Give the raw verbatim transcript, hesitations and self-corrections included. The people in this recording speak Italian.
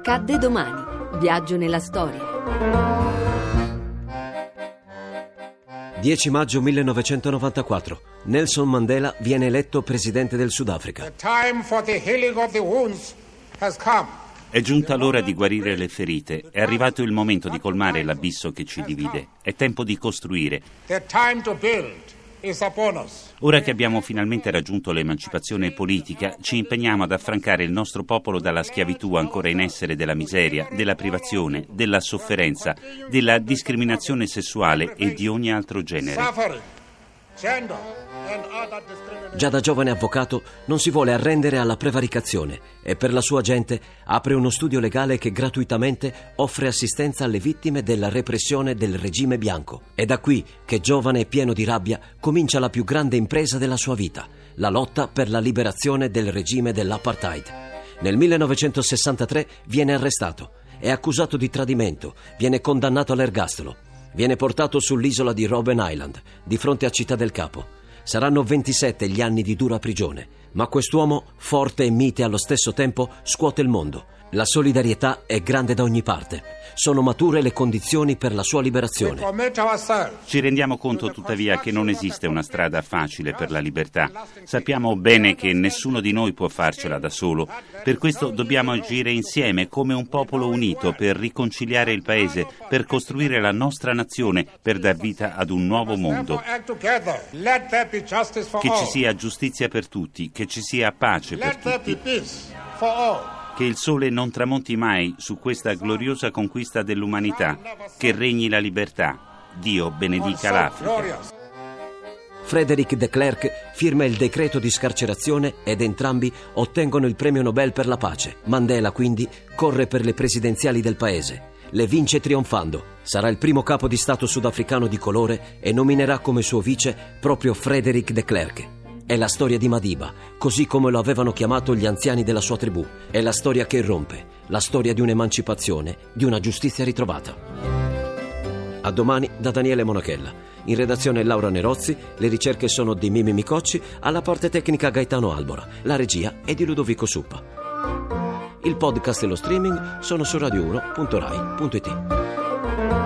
Accadde domani. Viaggio nella storia. dieci maggio millenovecentonovantaquattro. Nelson Mandela viene eletto presidente del Sudafrica. The time for the healing of the wounds has come. È giunta l'ora di guarire le ferite. È arrivato il momento di colmare l'abisso che ci divide. È tempo di costruire. The time to build is upon us. Ora che abbiamo finalmente raggiunto l'emancipazione politica, ci impegniamo ad affrancare il nostro popolo dalla schiavitù ancora in essere della miseria, della privazione, della sofferenza, della discriminazione sessuale e di ogni altro genere. Suffering, gender and other discrimination. Già da giovane avvocato non si vuole arrendere alla prevaricazione e per la sua gente apre uno studio legale che gratuitamente offre assistenza alle vittime della repressione del regime bianco. È da qui che, giovane e pieno di rabbia, comincia la più grande impresa della sua vita, la lotta per la liberazione del regime dell'apartheid. Nel millenovecentosessantatré viene arrestato, è accusato di tradimento, viene condannato all'ergastolo, viene portato sull'isola di Robben Island, di fronte a Città del Capo. Saranno ventisette gli anni di dura prigione, ma quest'uomo, forte e mite allo stesso tempo, scuote il mondo. La solidarietà è grande da ogni parte. Sono mature le condizioni per la sua We liberazione. commit ourselves. Ci rendiamo conto tuttavia che non esiste una strada facile per la libertà. Sappiamo bene che nessuno di noi può farcela da solo. Per questo dobbiamo agire insieme come un popolo unito per riconciliare il paese, per costruire la nostra nazione, per dar vita ad un nuovo mondo. Therefore, act together. Let there be justice for Che all. ci sia giustizia per tutti, che ci sia pace per Let there be tutti, peace for all. che il sole non tramonti mai su questa gloriosa conquista dell'umanità, che regni la libertà. Dio benedica So l'Africa. glorious. Frédéric de Klerk firma il decreto di scarcerazione ed entrambi ottengono il premio Nobel per la pace. Mandela, quindi, corre per le presidenziali del paese. Le vince trionfando. Sarà il primo capo di Stato sudafricano di colore e nominerà come suo vice proprio Frédéric de Klerk. È la storia di Madiba, così come lo avevano chiamato gli anziani della sua tribù. È la storia che irrompe, la storia di un'emancipazione, di una giustizia ritrovata. A domani da Daniele Monachella. In redazione Laura Nerozzi, le ricerche sono di Mimi Micocci, alla parte tecnica Gaetano Albora, la regia è di Ludovico Suppa. Il podcast e lo streaming sono su radio uno punto rai punto it.